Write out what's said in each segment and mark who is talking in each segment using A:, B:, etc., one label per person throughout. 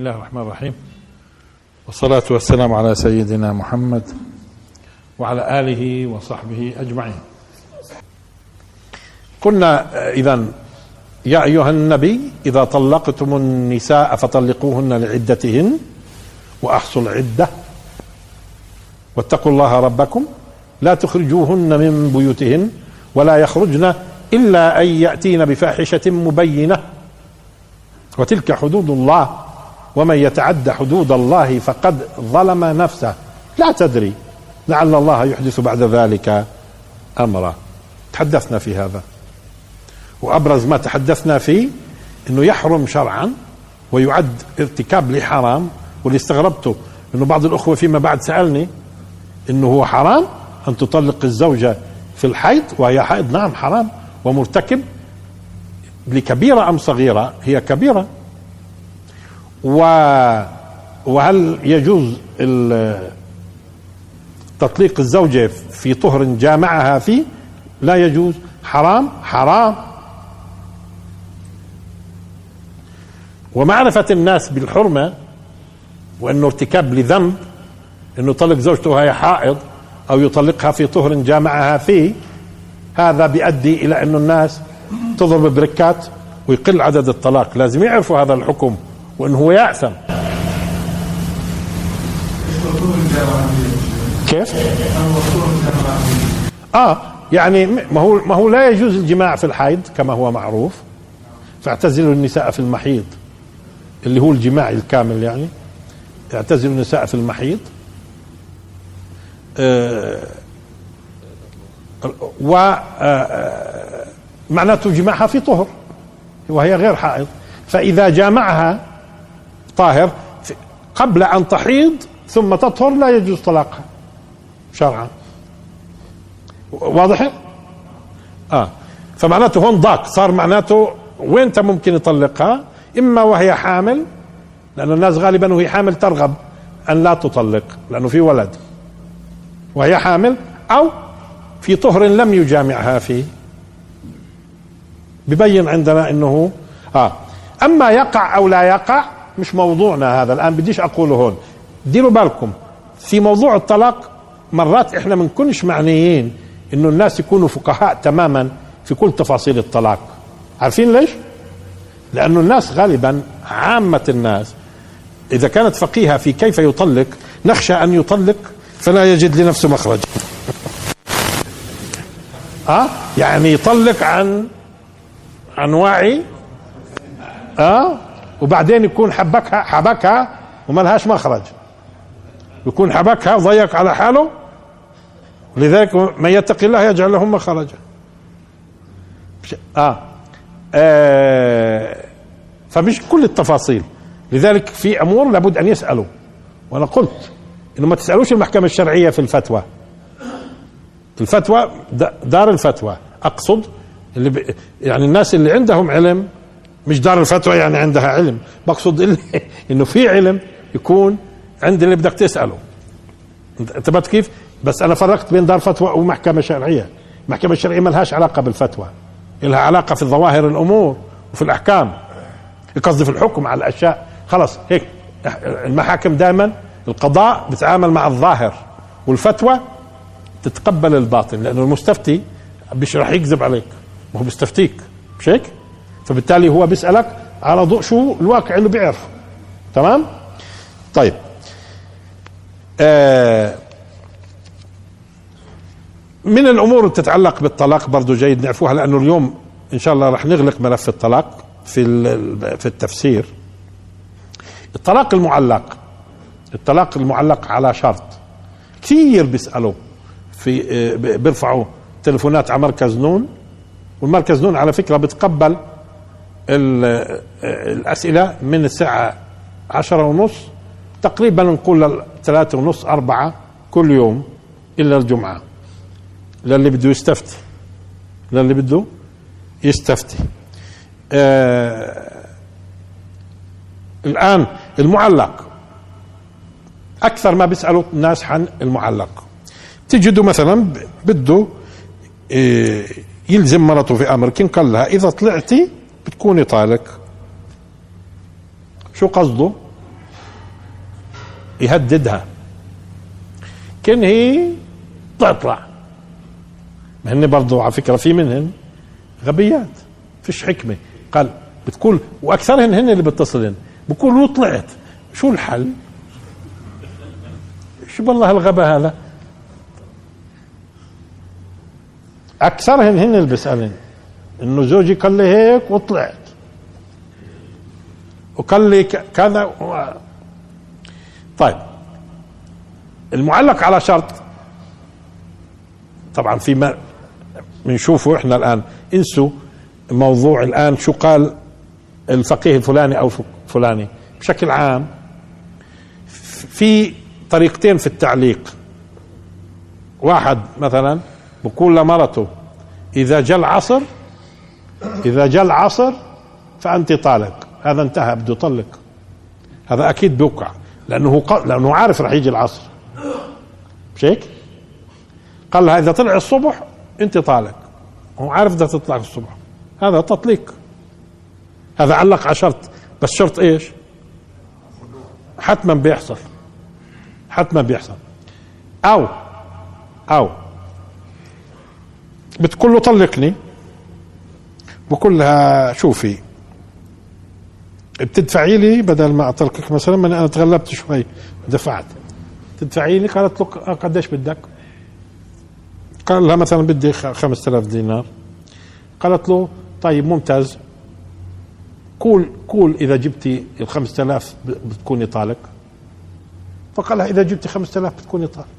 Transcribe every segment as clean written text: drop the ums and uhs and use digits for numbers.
A: الله الرحمن الرحيم، والصلاة والسلام على سيدنا محمد وعلى آله وصحبه أجمعين. قلنا إذن يا أيها النبي إذا طلقتم النساء فطلقوهن لعدتهن وأحصوا العدة واتقوا الله ربكم لا تخرجوهن من بيوتهن ولا يخرجن إلا أن يأتين بفاحشة مبينة وتلك حدود الله ومن يتعد حدود الله فقد ظلم نفسه لا تدري لعل الله يحدث بعد ذلك أمرا. تحدثنا في هذا، وأبرز ما تحدثنا فيه أنه يحرم شرعا ويعد ارتكاب لحرام. واللي استغربته أنه بعض الأخوة فيما بعد سألني أنه هو حرام أن تطلق الزوجة في الحيض وهي حائض. نعم حرام، ومرتكب لكبيرة أم صغيرة؟ هي كبيرة. وهل يجوز تطليق الزوجة في طهر جامعها فيه؟ لا يجوز، حرام حرام. ومعرفة الناس بالحرمة وأنه ارتكاب لذنب أنه يطلق زوجته وهي حائض أو يطلقها في طهر جامعها فيه، هذا بيؤدي إلى أنه الناس تضرب بركات ويقل عدد الطلاق. لازم يعرفوا هذا الحكم وأنه هو يأثم. كيف؟ يعني ما هو لا يجوز الجماع في الحيض كما هو معروف، فاعتزلوا النساء في المحيض اللي هو الجماع الكامل، يعني اعتزلوا النساء في المحيض. معناته جماعها في طهر وهي غير حائض، فإذا جامعها طاهر قبل أن تحيض ثم تطهر لا يجوز طلاقها شرعا. واضح؟ فمعناته هون ضاق، صار معناته وين ممكن يطلقها؟ إما وهي حامل، لأن الناس غالبا وهي حامل ترغب أن لا تطلق لأنه في ولد وهي حامل، أو في طهر لم يجامعها فيه. ببين عندنا أنه أما يقع أو لا يقع مش موضوعنا هذا الآن، بديش أقوله هون. ديروا بالكم في موضوع الطلاق، مرات إحنا ما نكونش معنيين إنه الناس يكونوا فقهاء تماما في كل تفاصيل الطلاق. عارفين ليش؟ لأنه الناس غالبا عامة الناس إذا كانت فقيهة في كيف يطلق نخشى أن يطلق فلا يجد لنفسه مخرج. يعني يطلق عن وعي، وبعدين يكون حبكها وما لهاش مخرج، يكون حبكها وضيق على حاله. لذلك من يتق الله يجعل له مخرجا. فمش كل التفاصيل، لذلك في امور لابد ان يسالوا. وانا قلت انه ما تسالوش المحكمه الشرعيه في الفتوى. الفتوى دار الفتوى، اقصد يعني الناس اللي عندهم علم، مش دار الفتوى يعني عندها علم، بقصد انه في علم يكون عند اللي بدك تساله. انتبهت كيف؟ بس انا فرقت بين دار فتوى ومحكمه شرعيه. المحكمه الشرعيه ما لهاش علاقه بالفتوى، لها علاقه في ظواهر الامور وفي الاحكام، قصدي في الحكم على الاشياء. خلاص هيك المحاكم دائما القضاء بتعامل مع الظاهر، والفتوى تتقبل الباطن، لانه المستفتي مش راح يكذب عليك، وهو بيستفتيك مش هيك؟ فبالتالي هو بيسألك على ضوء شو الواقع اللي بيعرفه. تمام؟ طيب، من الأمور اللي تتعلق بالطلاق برضو جيد نعرفوها، لأنه اليوم إن شاء الله رح نغلق ملف الطلاق في التفسير. الطلاق المعلق على شرط. كثير بيسألوا بيرفعوا تلفونات على مركز نون، والمركز نون على فكرة بتقبل الأسئلة من الساعة 10:30 تقريبا، نقول 3:30 4 كل يوم إلا الجمعة، للي بده يستفتي. الآن المعلق أكثر ما بيسألوا الناس عن المعلق. تجدوا مثلا بده يلزم مرته في أمر، كن قال لها إذا طلعتي بتكوني طالق. شو قصده؟ يهددها، كان هي تطلع. ما هن برضو على فكرة في منهن غبيات، فيش حكمة. قال بتقول، واكثرهن هن اللي بتصلن بقولوا طلعت، شو الحل؟ شو بالله الغباء هذا؟ اكثرهن هن اللي بيسألن انه زوجي قال لي هيك وطلعت، وقال لي كذا طيب المعلق على شرط طبعا في ما بنشوفه احنا الان. انسوا موضوع الان شو قال الفقيه الفلاني او فلاني. بشكل عام في طريقتين في التعليق. واحد مثلا بقول لمرته اذا جاء العصر فانت طالق، هذا انتهى، بده يطلق، هذا اكيد بيوقع لانه عارف رح يجي العصر، مش هيك؟ قال لها اذا طلع الصبح انت طالق، هو عارف بدها تطلع الصبح، هذا تطليق، هذا علق على شرط. بس شرط ايش؟ حتما بيحصل او بتقول له طلقني، بقول لها شوفي بتدفعي لي بدل ما اطلقك مثلا، ما انا تغلبت شوي دفعت، تدفعي لي. قالت له قديش بدك؟ قال لها مثلا بدي 5000 دينار. قالت له طيب ممتاز، قول اذا جبتي ال 5000 بتكوني طالق. فقال لها اذا جبتي 5000 بتكوني طالق.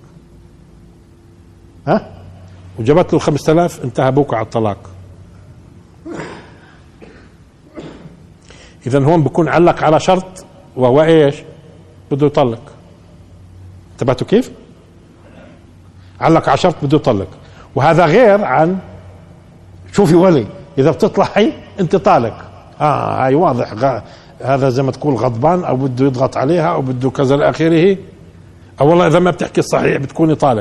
A: ها؟ وجبت له 5000، انتهى بوقع الطلاق. اذا هون بكون علق على شرط وهو ايش؟ بده يطلق. انتبهتوا كيف؟ علق على شرط بده يطلق، وهذا غير عن شوفي ولي اذا بتطلعي انت طالق. هاي واضح، هذا زي ما تقول غضبان او بده يضغط عليها او بده كذا لاخره، او والله اذا ما بتحكي الصحيح بتكوني طالق.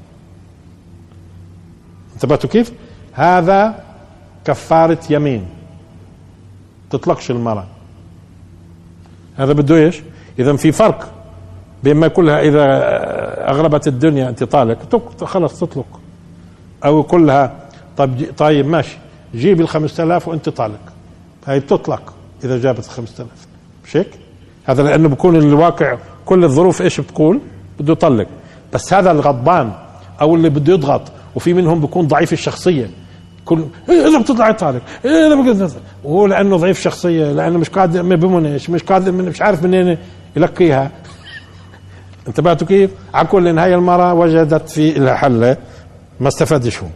A: انتبهتوا كيف؟ هذا كفارة يمين، تطلقش المرأة. هذا بده ايش؟ اذا في فرق بين ما يقول لها اذا اغربت الدنيا انت طالق، خلص تطلق، او يقول لها طيب ماشي جيب ال 5000 وانت طالق، هاي بتطلق اذا جابت ال 5000، مش هيك؟ هذا لانه بكون الواقع كل الظروف ايش بتقول؟ بده يطلق. بس هذا الغضبان او اللي بده يضغط، وفي منهم بيكون ضعيف الشخصيه، كل اذا بتطلع طالق، وهو لانه ضعيف شخصيه، لانه مش قادر، مش قادر، مش عارف منين يلقيها. انتبهتوا كيف؟ على كل هاي المرأة وجدت في لها حل، ما استفادش هو،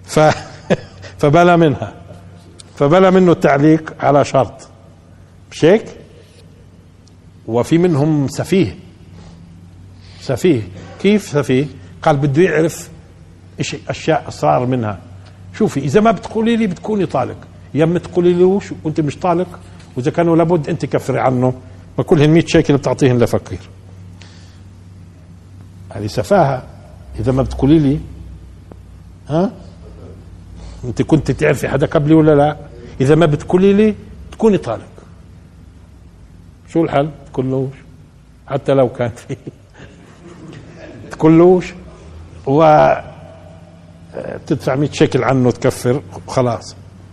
A: فبلا منه التعليق على شرط، مش هيك؟ وفي منهم سفيه. كيف سفيه؟ قال بده يعرف اشياء اسرار منها. شوفي اذا ما بتقولي لي بتكوني طالق، يا اما تقولي له وانت مش طالق، واذا كانوا لابد انت كفري عنه، ما كلهن 100 شيكل بتعطيهن لفقير. هذه سفاهة. اذا ما بتقولي لي انت كنت تعرفي حدا قبلي ولا لا؟ اذا ما بتقولي لي تكوني طالق. شو الحل؟ تقولوش، حتى لو كان في تقولوش تدفع 100 شيكل عنه تكفر خلاص.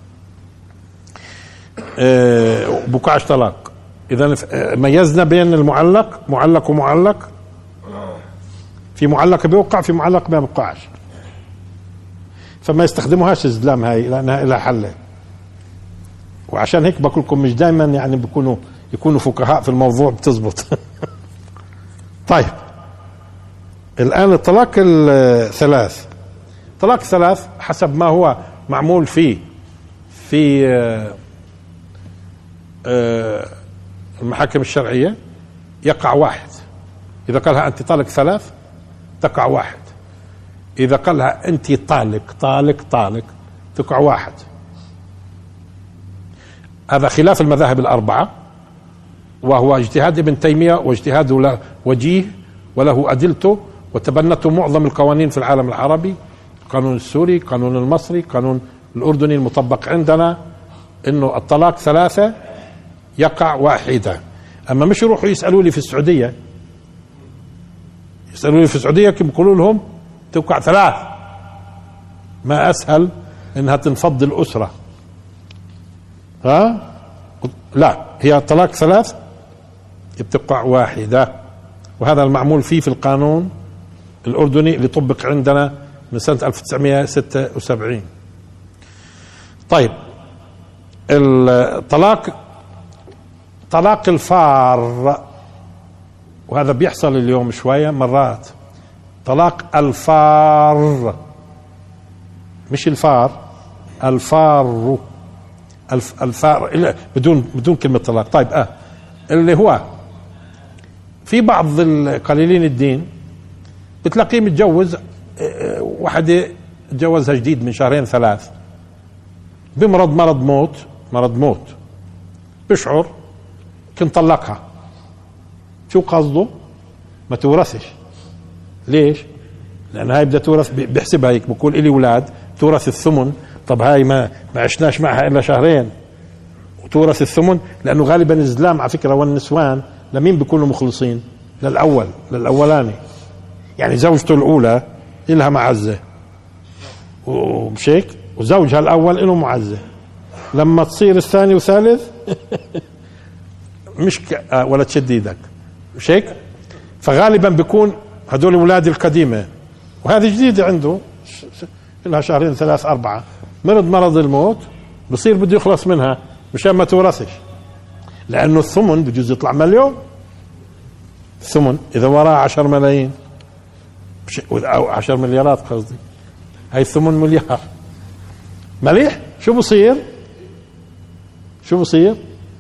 A: بوقعش طلاق. اذا ميزنا بين معلق ومعلق. في معلق بيوقع، في معلق ما بيوقعش، فما يستخدموهاش الزلام هاي لانها لها حل. وعشان هيك بقول لكم مش دائما يعني يكونوا فقهاء في الموضوع بتزبط. طيب الان الطلاق الثلاث، طلاق ثلاث حسب ما هو معمول فيه في المحاكم الشرعية يقع واحد. إذا قالها أنت طالق ثلاث تقع واحد، إذا قالها أنت طالق تقع واحد. هذا خلاف المذاهب الأربعة، وهو اجتهاد ابن تيمية واجتهاد وجيه وله أدلته، وتبنته معظم القوانين في العالم العربي، القانون السوري، القانون المصري، القانون الأردني المطبق عندنا، إنه الطلاق ثلاثة يقع واحدة. أما مش يروحوا يسألوا لي في السعودية يسألوني في السعودية كيف بيقولوا لهم توقع 3. ما أسهل إنها تنفض الأسرة. ها لا، هي طلاق 3 بتوقع 1. وهذا المعمول فيه في القانون الأردني اللي طبق عندنا من سنة 1976. طيب طلاق الفار، وهذا بيحصل اليوم شوية مرات. طلاق الفار، مش الفار، الفار، الفار بدون كلمة طلاق. طيب اللي هو في بعض القليلين الدين بتلاقيه متجوز وحدة تجوزها جديد من 2-3 شهور، بمرض مرض موت بشعر كنت طلقها. شو قصده؟ ما تورثش. ليش؟ لأن هاي بدها تورث، بحسبها هيك، بقول إلي أولاد تورث الثمن. طب هاي ما عشناش معها إلا 2 شهور وتورث الثمن، لأنه غالبا الزلام على فكرة والنسوان لمين بيكونوا مخلصين؟ للأولاني. يعني زوجته الأولى إلها معزة ومش هيك، وزوجها الأول إله معزة. لما تصير الثاني وثالث مش ولا تشد ايدك، مش هيك؟ فغالبا بيكون هدول اولاد القديمة، وهذه جديدة عنده لها 2-3-4 مرض الموت، بصير بده يخلص منها مشان ما تورثش. لأنه الثمن بجوز يطلع 1,000,000. الثمن إذا وراه 10 ملايين أو 10 مليارات قصدي، هاي الثمن مليار. مليح. شو بصير؟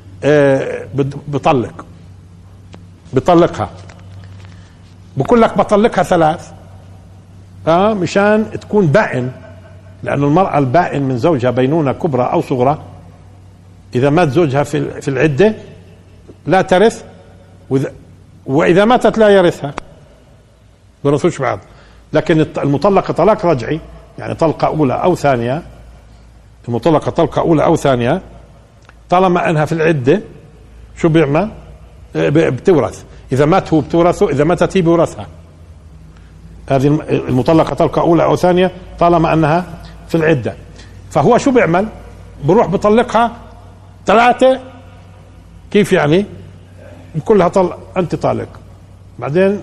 A: بطلقها، بقول لك بطلقها 3 مشان تكون بائن. لأنه المرأة البائن من زوجها بينونة كبرى أو صغرى، إذا مات زوجها في العدة لا ترث، وإذا ماتت لا يرثها، بيرثوش بعض. لكن المطلقة طلاق رجعي، يعني طلقة أولى أو ثانية، المطلقة طلقة أولى أو ثانية، طالما أنها في العدة شو بيعمل؟ بتورث. إذا مات هو بتورثه، إذا ماتت هي بورثها. هذه المطلقة طلقة أولى أو ثانية طالما أنها في العدة. فهو شو بيعمل؟ بروح بطلقها 3. كيف يعني؟ بقول لها أنت طالق، بعدين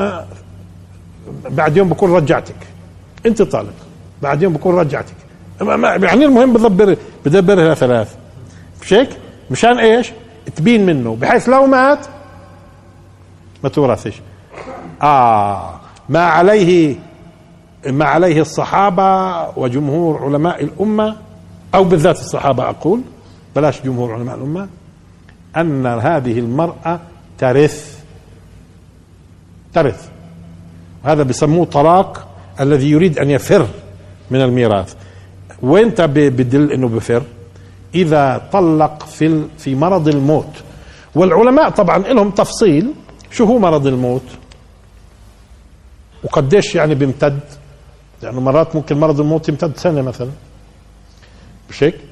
A: بعد يوم بكون رجعتك، أنت طالق، بعد يوم بكون رجعتك. يعني المهم بدبرها 3، مش هيك؟ مشان ايش؟ تبين منه، بحيث لو مات ما تورثش. ما عليه الصحابة وجمهور علماء الأمة، أو بالذات الصحابة أقول، بلاش جمهور علماء الأمة، أن هذه المرأة ترث. هذا بسموه طلاق الذي يريد أن يفر من الميراث. وانت بدل انه بفر اذا طلق في مرض الموت. والعلماء طبعا لهم تفصيل شو هو مرض الموت وقديش يعني بيمتد، لانه يعني مرات ممكن مرض الموت يمتد 1 سنة مثلا، مش هيك؟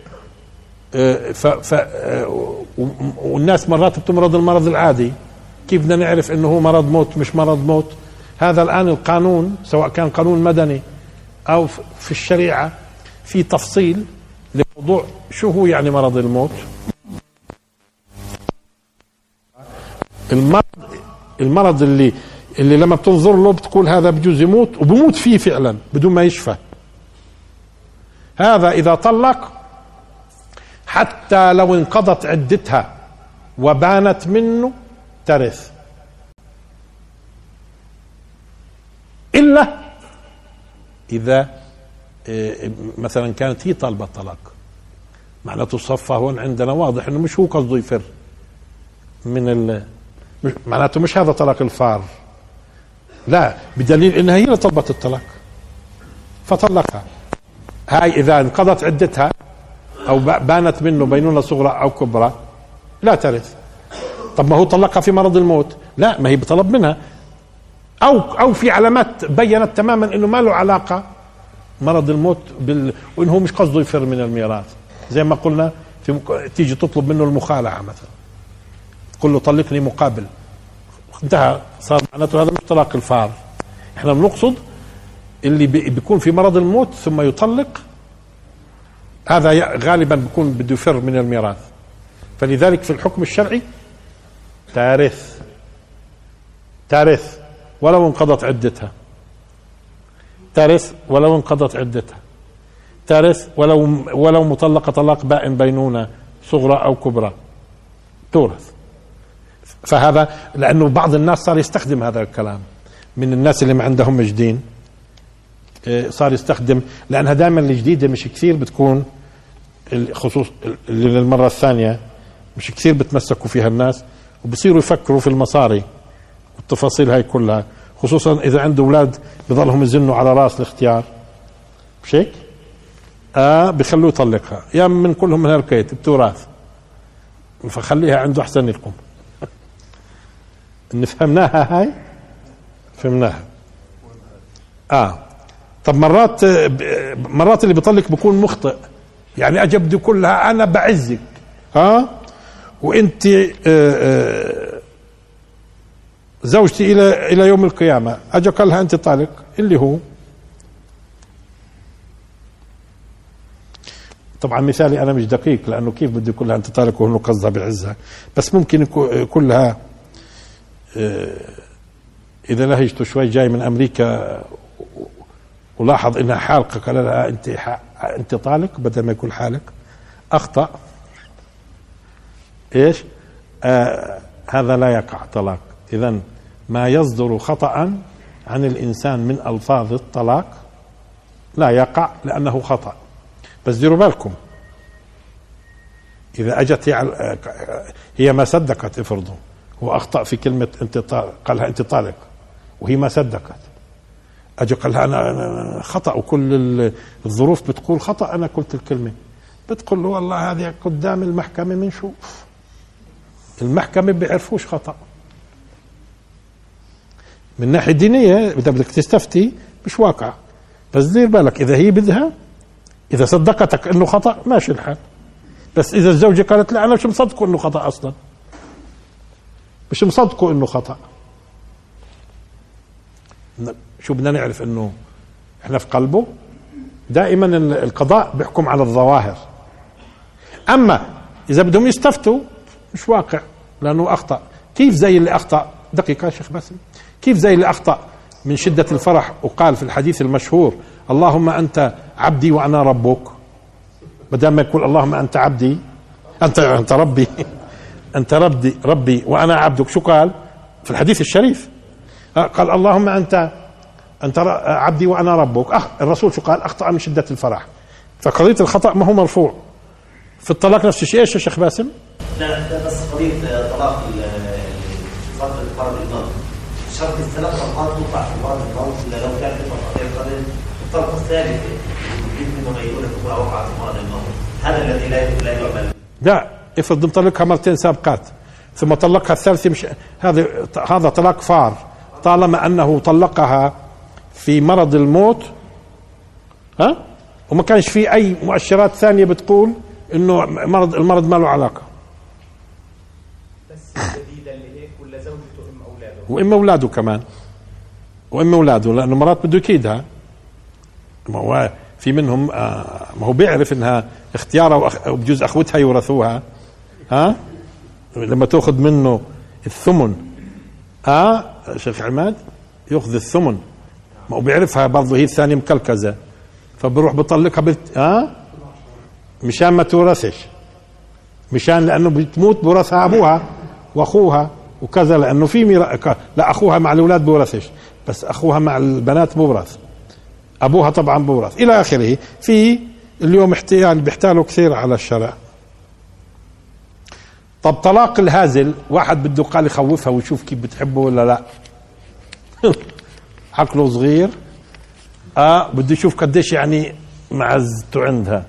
A: والناس مرات بتمرض المرض العادي. كيف بدنا نعرف انه هو مرض موت مش مرض موت؟ هذا الان القانون سواء كان قانون مدني او في الشريعة في تفصيل لموضوع شو هو يعني مرض الموت. المرض اللي لما بتنظر له بتقول هذا بجوز يموت، وبموت فيه فعلا بدون ما يشفى. هذا إذا طلق حتى لو انقضت عدتها وبانت منه ترث، إلا إذا مثلا كانت هي طالبة الطلاق، معناته الصفة هون عندنا واضح انه مش هو قصده يفر من معناته مش هذا طلاق الفار، لا، بدليل انها هي اللي طلبت الطلاق فطلقها. هاي اذا انقضت عدتها او بانت منه بينونة صغرى او كبرى لا ترث. طب ما هو طلقها في مرض الموت، لا، ما هي بطلب منها، او في علامات بينت تماما انه ما له علاقة مرض الموت وانه مش قصده يفر من الميراث. زي ما قلنا تيجي تطلب منه المخالعة مثلا، تقول له طلقني مقابل، انتهى، صار معناته هذا مش طلاق الفار، احنا بنقصد اللي بيكون في مرض الموت ثم يطلق، هذا غالبا بيكون بده يفر من الميراث. فلذلك في الحكم الشرعي تارث ولو انقضت عدتها، تارث ولو انقضت عدتها، تارث ولو مطلقة طلاق بائن بينونة صغرى أو كبرى تورث. فهذا لأنه بعض الناس صار يستخدم هذا الكلام، من الناس اللي ما عندهم جدين صار يستخدم، لأنها دائما الجديدة مش كثير بتكون، خصوص اللي للمرة الثانية مش كثير بتمسكوا فيها الناس، وبصيروا يفكروا في المصاري والتفاصيل هاي كلها، خصوصا إذا عنده أولاد بظلهم يزنوا على راس الاختيار، مش هيك؟ بخلوه يطلقها، يا من كلهم من هالكيت بتوراث، فخليها عنده أحسن لكم. إن فهمناها هاي، فهمناها. طب مرات اللي بيطلق بيكون مخطئ، يعني أجا بدي كلها أنا بعزك وأنت زوجتي إلى يوم القيامة، أجا قال لها أنت طالق، اللي هو طبعا مثالي أنا مش دقيق، لأنه كيف بدي كلها أنت طالق وهنو قصدها بعزها، بس ممكن كلها إذا لهجته شوي جاي من أمريكا ولاحظ إنها حالقة قال لها أنت طالق بدل ما يكون حالق، أخطأ. إيش؟ هذا لا يقع طلاق. إذن ما يصدر خطأ عن الإنسان من ألفاظ الطلاق لا يقع لأنه خطأ. بس ديروا بالكم، إذا أجت هي ما صدقت، افرضوا هو أخطأ في كلمة أنت قالها أنت طالق وهي ما صدقت، أجي قالها أنا خطأ وكل الظروف بتقول خطأ، أنا قلت الكلمة، بتقول له والله هذه قدام المحكمة بنشوف، المحكمة بيعرفوش خطأ. من ناحية دينية إذا بدك تستفتي مش واقع، بس دير بالك إذا هي بدها، إذا صدقتك إنه خطأ ماشي الحال، بس إذا الزوجة قالت لا أنا مش مصدقه إنه خطأ أصلا، مش مصدقه إنه خطأ، شو بدنا نعرف؟ إنه إحنا في قلبه. دائما القضاء بيحكم على الظواهر، أما إذا بدهم يستفتوا مش واقع لأنه أخطأ. كيف زي اللي أخطأ؟ دقيقة يا شيخ باسم، كيف زي اللي أخطأ من شدة الفرح وقال في الحديث المشهور اللهم أنت عبدي وأنا ربك، بدل ما يقول اللهم أنت عبدي أنت ربي أنت ربي وأنا عبدك، شو قال في الحديث الشريف؟ قال اللهم أنت عبدي وأنا ربك. الرسول شو قال؟ أخطأ من شدة الفرح. فقضية الخطأ ما هو مرفوع. في الطلاق نفس الشيء. ايش يا شيخ باسم؟
B: لا بس قضية طلاق فترة فرض الموت، شرط الثلاث طلقات تطلع في فرض الموت، إلا لو كانت قضية الطلقة الثالثة يمكن أن يكون تكون وقعت فرض الموت، هذا الذي لا يعمل.
A: لا، افرض مطلقها مرتين سابقات ثم طلقها الثالثة، مش هذا طلاق فار، طالما أنه طلقها في مرض الموت وما كانش في أي مؤشرات ثانية بتقول إنه المرض ما له علاقة.
C: بس الجديدة اللي هيك ولا زوجته أم أولاده؟
A: وإما أولاده كمان، وإما أولاده، لأنه مرات بده يكيدها. ما هو في منهم ما هو بيعرف إنها اختيارها وبجوز أخوتها يورثوها، لما تأخذ منه الثمن شيخ عماد يأخذ الثمن، ما هو بيعرفها برضه هي الثانية مكلكزة، فبروح بطلقها مشان ما تورثش، مشان لأنه بتموت بورثها أبوها وأخوها وكذا، لأنه في لا أخوها مع الأولاد بورثش، بس أخوها مع البنات بورث، أبوها طبعا بورث إلى آخره. في اليوم احتيال بيحتالوا كثير على الشرع. طب طلاق الهازل، واحد بده قال يخوفها ويشوف كيف بتحبه ولا لا عقله صغير بده يشوف قديش يعني معزته عندها.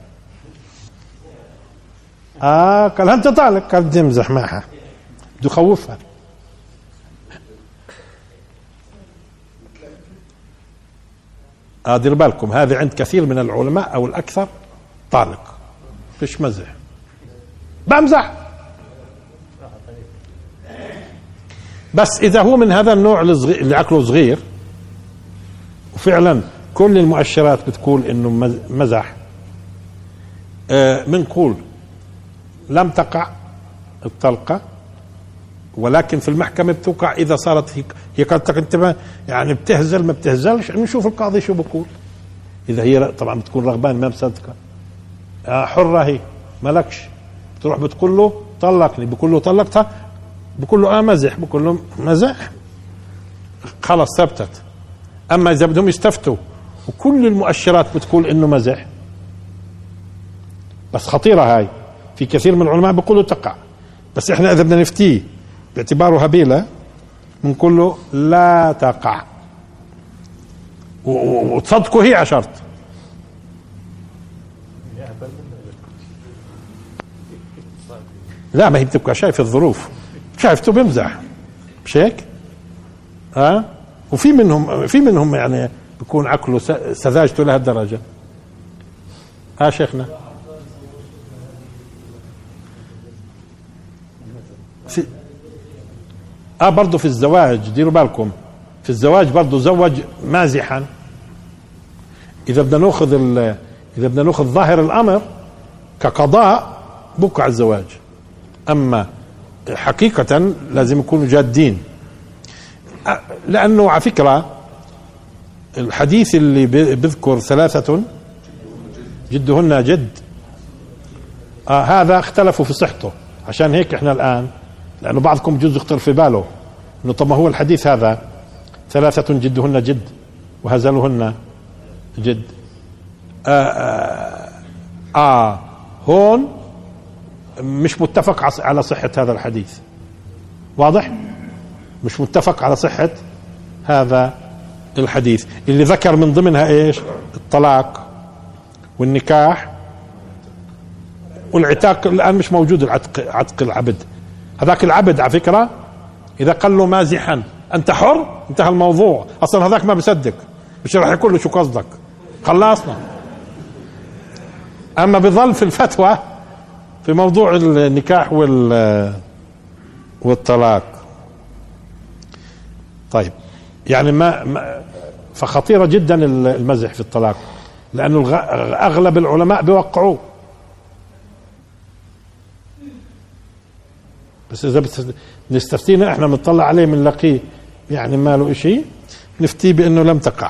A: قال انت طالق، قال بدي امزح معها، بده يخوفها. دير بالكم، هذا عند كثير من العلماء او الاكثر طالق، فيش مزح، بمزح. بس اذا هو من هذا النوع اللي عقله صغير وفعلا كل المؤشرات بتقول انه مزح. منقول لم تقع الطلقة، ولكن في المحكمة بتوقع إذا صارت هي قد انت يعني بتهزل ما بتهزلش، نشوف القاضي شو بقول. إذا هي طبعا بتكون رغبان ما مصدقة حرة، هي مالكش، تروح بتقول له طلقني، بقول له طلقتها، بقول له مزح، بقول له مزح، خلاص ثبتت. أما إذا بدهم يستفتوا وكل المؤشرات بتقول إنه مزح، بس خطيرة هاي، في كثير من العلماء بيقولوا تقع، بس احنا اذا بدنا نفتيه باعتباره هبيلة بنقول له لا تقع، وتصدقوا هي عشرت. لا ما هي بتبقى شايف الظروف، شايفته بمزح مش هيك؟ وفي منهم يعني بيكون عقله سذاجته لهالدرجة. شيخنا في برضه في الزواج ديروا بالكم، في الزواج برضه زوج مازحا. اذا بدنا ناخذ ظاهر الامر كقضاء بقع الزواج، اما حقيقة لازم يكونوا جادين، لانه على فكرة الحديث اللي بذكر 3 جدهن جد هذا اختلفوا في صحته. عشان هيك احنا الان، لانه بعضكم بجوز يخطر في باله انه طب ما هو الحديث هذا 3 جدهن جد وهزلهن جد. هون مش متفق على صحة هذا الحديث، واضح؟ مش متفق على صحة هذا الحديث اللي ذكر من ضمنها ايش؟ الطلاق والنكاح والعتاق. الآن مش موجود عتق العبد. هذاك العبد على فكرة إذا قال له مازحا أنت حر، انتهى الموضوع. أصلا هذاك ما بصدق، مش راح يقول له شو قصدك، خلصنا. أما بظل في الفتوى في موضوع النكاح والطلاق. طيب يعني فخطيرة جدا المزح في الطلاق، لأنه أغلب العلماء بيوقعوه. بس إذا نستفتينا احنا بنطلع عليه بنلاقيه يعني ما له شيء، نفتيه بأنه لم تقع.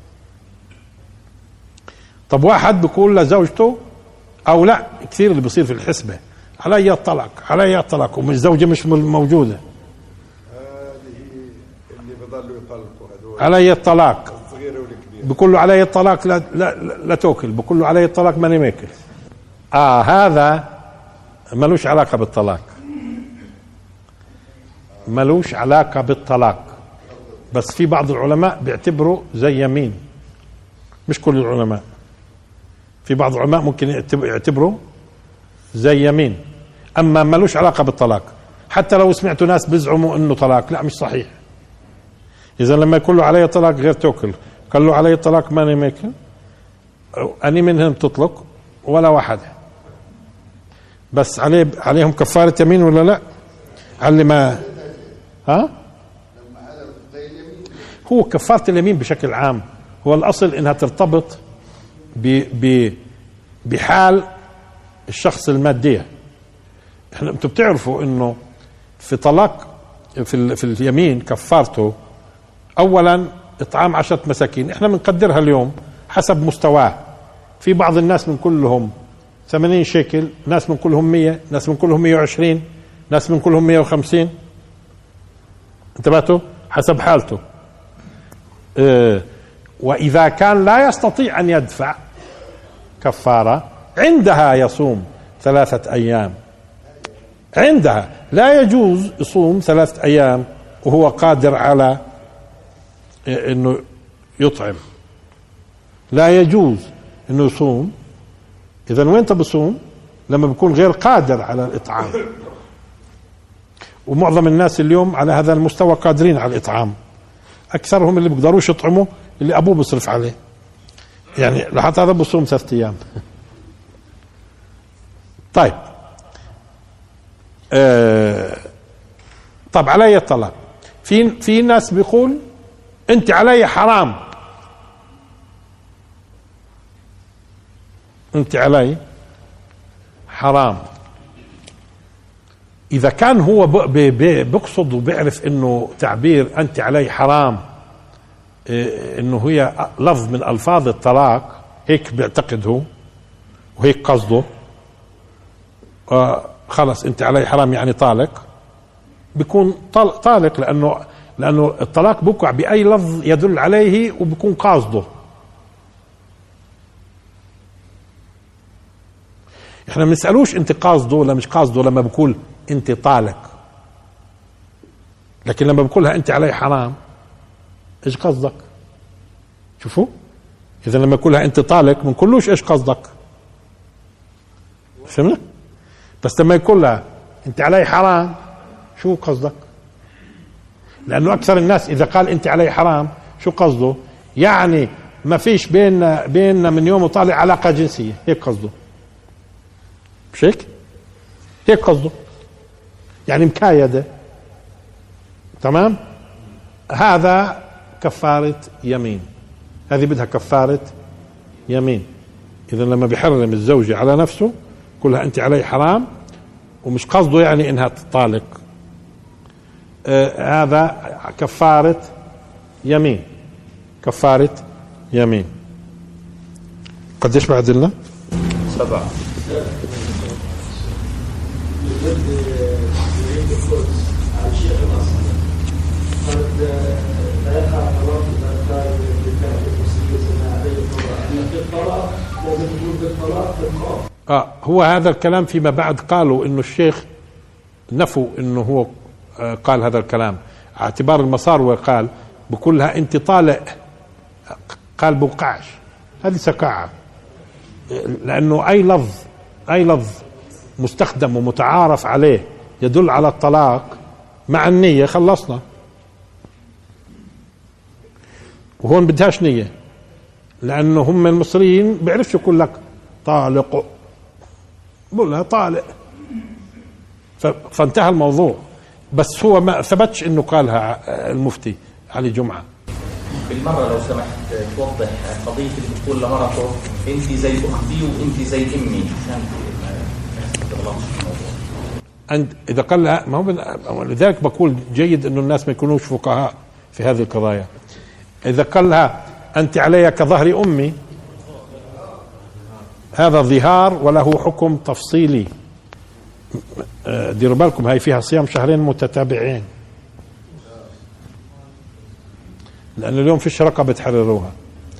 A: طب واحد بيقول لزوجته أو لا، كثير اللي بيصير في الحسبة، علي الطلاق علي الطلاق، ومش زوجة مش موجودة،
D: هذه اللي بضلوا يطلقوا هذول
A: علي الطلاق،
D: الصغير والكبير،
A: بقول له علي الطلاق لا تاكل، بقول له علي الطلاق ماني ماكل. هذا ملوش علاقة بالطلاق، ملوش علاقة بالطلاق، بس في بعض العلماء بيعتبروا زي يمين، مش كل العلماء. في بعض العلماء ممكن يعتبروا زي يمين، اما ملوش علاقة بالطلاق. حتى لو سمعتوا ناس بيزعموا انه طلاق، لا مش صحيح. اذا لما يقول له علي طلاق غير تاكل، قال له علي طلاق ماني ماكل، اني منهم تطلق ولا واحد، بس عليهم كفارة يمين ولا لا؟ على ما هو كفارة اليمين بشكل عام هو الأصل إنها ترتبط بحال الشخص المادية. انتم بتعرفوا إنه في طلاق في اليمين كفارته أولا إطعام 10 مساكين، إحنا بنقدرها اليوم حسب مستواه. في بعض الناس من كلهم 80 شيكل، ناس من كلهم 100، ناس من كلهم 120، ناس من كلهم 150. انتبهتوا؟ حسب حالته. وإذا كان لا يستطيع أن يدفع كفارة، عندها يصوم 3 أيام. عندها لا يجوز يصوم 3 أيام وهو قادر على أنه يطعم، لا يجوز أنه يصوم. إذن وين بصوم؟ لما بيكون غير قادر على الإطعام. ومعظم الناس اليوم على هذا المستوى قادرين على الإطعام، أكثرهم اللي بيقدروش يطعموا اللي أبوه بيصرف عليه، يعني لحتى هذا بصوم 3 أيام. طيب طب علي الطلاق، في ناس بيقول أنت علي حرام أنت علي حرام، إذا كان هو بقصد وبيعرف إنه تعبير أنت علي حرام إنه هي لفظ من ألفاظ الطلاق، هيك بيعتقد هو وهيك قصده، خلص أنت علي حرام يعني طالق، بيكون طالق، لأنه الطلاق بوقع بأي لفظ يدل عليه وبيكون قاصده. احنا ما بنسألوش انت قاصده ولا مش قاصده لما بقول انت طالق، لكن لما بقولها انت علي حرام ايش قصدك؟ شوفوا، اذا لما بقولها انت طالق ما نقولوش ايش قصدك، فهمنا؟ بس لما يقول لها انت علي حرام شو قصدك؟ لانه اكثر الناس اذا قال انت علي حرام شو قصده؟ يعني ما فيش بيننا من يوم وطالع علاقة جنسية، هيك قصده، مش هيك؟ هيك قصده، يعني مكايدة. تمام؟ هذا كفارة يمين، هذه بدها كفارة يمين. إذا لما بيحرم الزوجة على نفسه كلها أنت علي حرام ومش قصده يعني إنها تطالق، هذا كفارة يمين، كفارة يمين. قديش بعد لنا؟
C: 7.
A: هو هذا الكلام فيما بعد قالوا انه الشيخ نفوا انه هو قال هذا الكلام على اعتبار المصاروة، قال بكلها انت طالق، قال بوقعش، هذه سكاعة، لانه اي لفظ مستخدم ومتعارف عليه يدل على الطلاق مع النية خلصنا، وهون بدهاش نية، لأنه هم المصريين بيعرفش يقول لك طالق، بقول لها طالق، فانتهى الموضوع. بس هو ما ثبتش انه قالها المفتي علي جمعة.
C: بالمرة لو سمحت توضح قضية اللي بتقول لمرته انت زي اختي وانت زي امي، عشان ما تغلطش في الموضوع.
A: اذا قال لها، ما هو لذلك بقول جيد انه الناس ما يكونوش فقهاء في هذه القضايا. اذا قال لها انت علي كظهر امي، هذا ظهار وله حكم تفصيلي. ديروا بالكم، هاي فيها صيام شهرين متتابعين، لأن اليوم فيش رقبة تحرروها.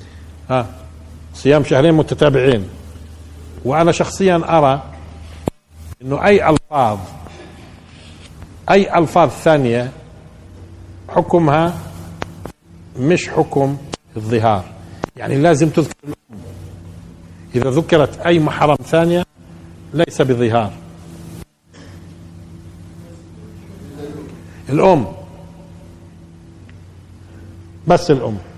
A: صيام شهرين متتابعين. وأنا شخصيا أرى إنه أي ألفاظ ثانية حكمها مش حكم الظهار، يعني لازم تذكر الأم. إذا ذكرت أي محرم ثانية ليس بظهار. الأم، بس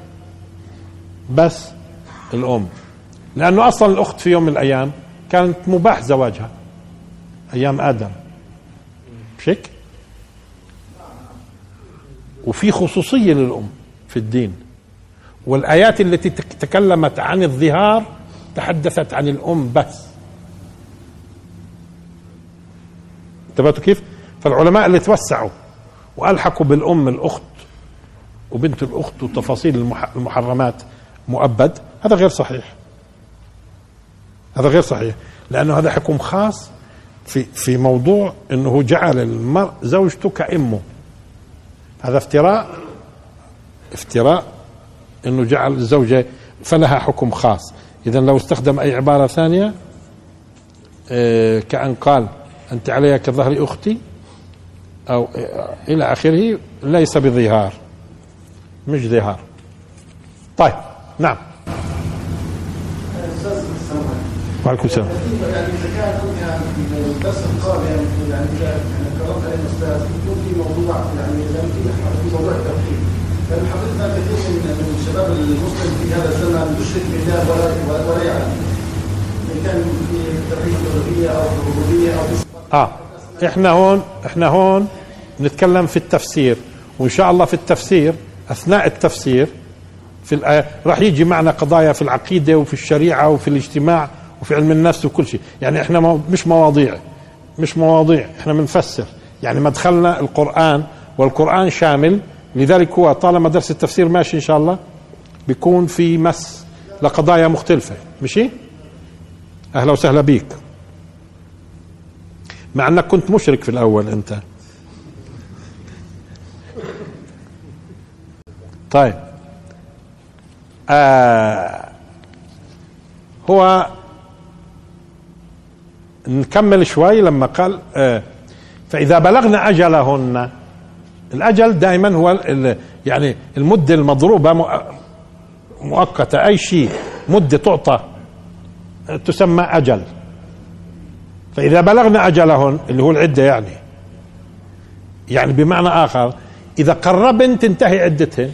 A: الأم، لأنه أصلا الأخت في يوم من الأيام كانت مباح زواجها أيام آدم، مش هيك؟ وفي خصوصية للأم في الدين، والآيات التي تكلمت عن الظهار تحدثت عن الأم بس. انتبهتوا كيف؟ فالعلماء اللي توسعوا وألحقوا بالأم الأخت وبنت الأخت وتفاصيل المحرمات مؤبد، هذا غير صحيح، هذا غير صحيح، لأنه هذا حكم خاص في موضوع أنه جعل المرء زوجته كأمه. هذا افتراء أنه جعل الزوجة فلها حكم خاص. إذا لو استخدم أي عبارة ثانية كأن قال أنت علي كظهر أختي أو إلى آخره، ليس بظهار، مش ظهار. طيب، نعم. وعليكم السلام.
E: يعني إذا كان الدرس القادم يعني كرمت عليه الأستاذ يكون في موضوع، يعني في موضوع التوحيد، لأن حضرتك كثير من الشباب المسلم في هذا الزمن يشرك بالله ولا يعلم، إن كان في توحيد الألوهية أو الربوبية أو
A: احنا هون نتكلم في التفسير، وإن شاء الله في التفسير أثناء التفسير في الآية راح يجي معنا قضايا في العقيدة وفي الشريعة وفي الاجتماع وفي علم النفس وكل شيء. يعني احنا مش مواضيع، احنا بنفسر، يعني مدخلنا القرآن، والقرآن شامل. لذلك هو طالما درس التفسير ماشي ان شاء الله بيكون في مس لقضايا مختلفة. مشي؟ اهلا وسهلا بيك، مع انك كنت مشرك في الاول انت. طيب هو نكمل شوي لما قال فإذا بلغنا أجلهن. الأجل دائما هو يعني المدة المضروبة مؤقتة، أي شيء مدة تعطى تسمى أجل. فإذا بلغنا أجلهن اللي هو العدة، يعني بمعنى آخر إذا قربن تنتهي عدتهن.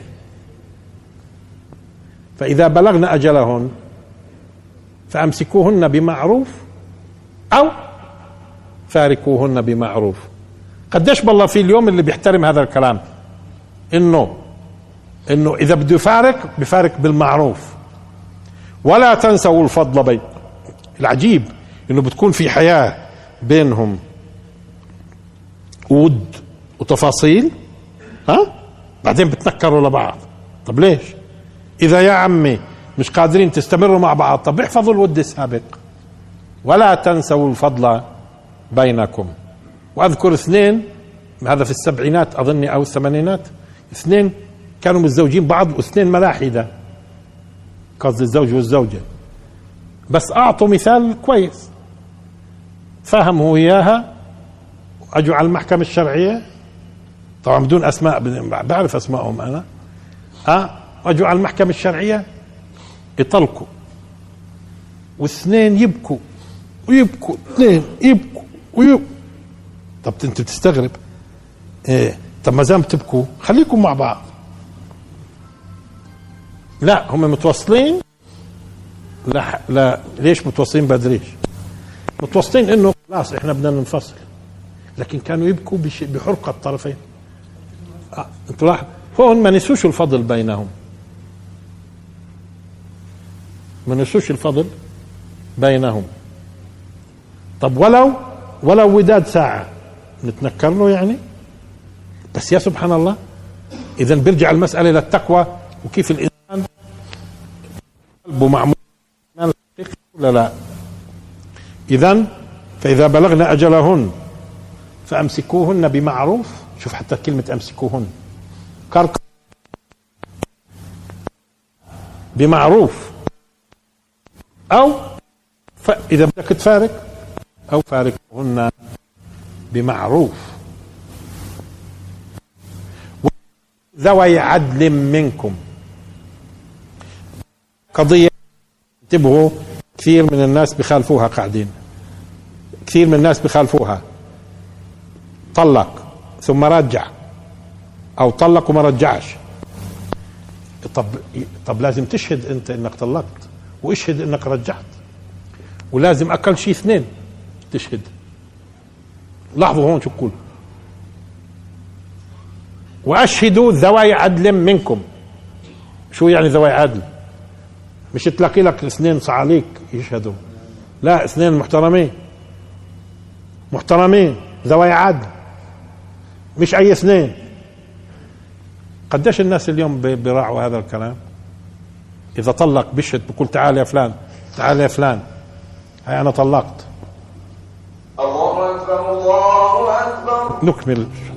A: فإذا بلغنا أجلهن فأمسكوهن بمعروف أو فاركوهن بمعروف. قديش بالله في اليوم اللي بيحترم هذا الكلام، إنه إذا بده بفارق بالمعروف. ولا تنسوا الفضل بين. العجيب إنه بتكون في حياة بينهم ود وتفاصيل، بعدين بتنكروا لبعض. طب ليش؟ إذا يا عمي مش قادرين تستمروا مع بعض، طب احفظوا الود السابق. ولا تنسوا الفضل بينكم. وأذكر 2، هذا في السبعينات أظني أو الثمانينات، 2 كانوا متزوجين بعض و2 ملاحدة، قصد الزوج والزوجة، بس أعطوا مثال كويس. فهموا إياها وأجوا على المحكمة الشرعية، طبعا بدون أسماء، بعرف أسمائهم أنا. أجوا على المحكمة الشرعية يطلقوا، و2 يبكوا ويبكوا، 2 يبكوا ويبكوا. طب انت بتستغرب، طب ما زال بتبكوا خليكم مع بعض. لا، هم متوصلين. لا ليش متوصلين؟ بدريش متوصلين انه خلاص احنا بدنا ننفصل، لكن كانوا يبكوا بحرقة الطرفين. انتوا لاحظوا هون ما نسوش الفضل بينهم، ما نسوش الفضل بينهم. طب ولو وداد ساعة نتنكر له يعني. بس يا سبحان الله، إذا بيرجع المسألة للتقوى وكيف الإنسان قلبه معمول ولا لا. إذا فإذا بلغنا أجلهن فأمسكوهن بمعروف. شوف حتى كلمة أمسكوهن بمعروف، أو إذا بدك تفارق أو فارقهن بمعروف. ذوي عدل منكم. قضية انتبهوا، كثير من الناس بخالفوها، قاعدين كثير من الناس بخالفوها. طلق ثم رجع، أو طلق وما رجعش. طب لازم تشهد أنت إنك طلقت، واشهد إنك رجعت، ولازم أقل شيء 2 تشهد. لاحظوا هون شو بقول، وأشهدوا ذوي عدل منكم. شو يعني ذوي عدل؟ مش تلاقي لك 2 صعاليك يشهدوا، لا 2 محترمين ذوي عدل، مش أي 2. قديش الناس اليوم بيراعوا هذا الكلام؟ إذا طلق بيشهد بقول تعال يا فلان، تعال يا فلان، هاي أنا طلقت. الله أكبر الله أكبر. نكمل.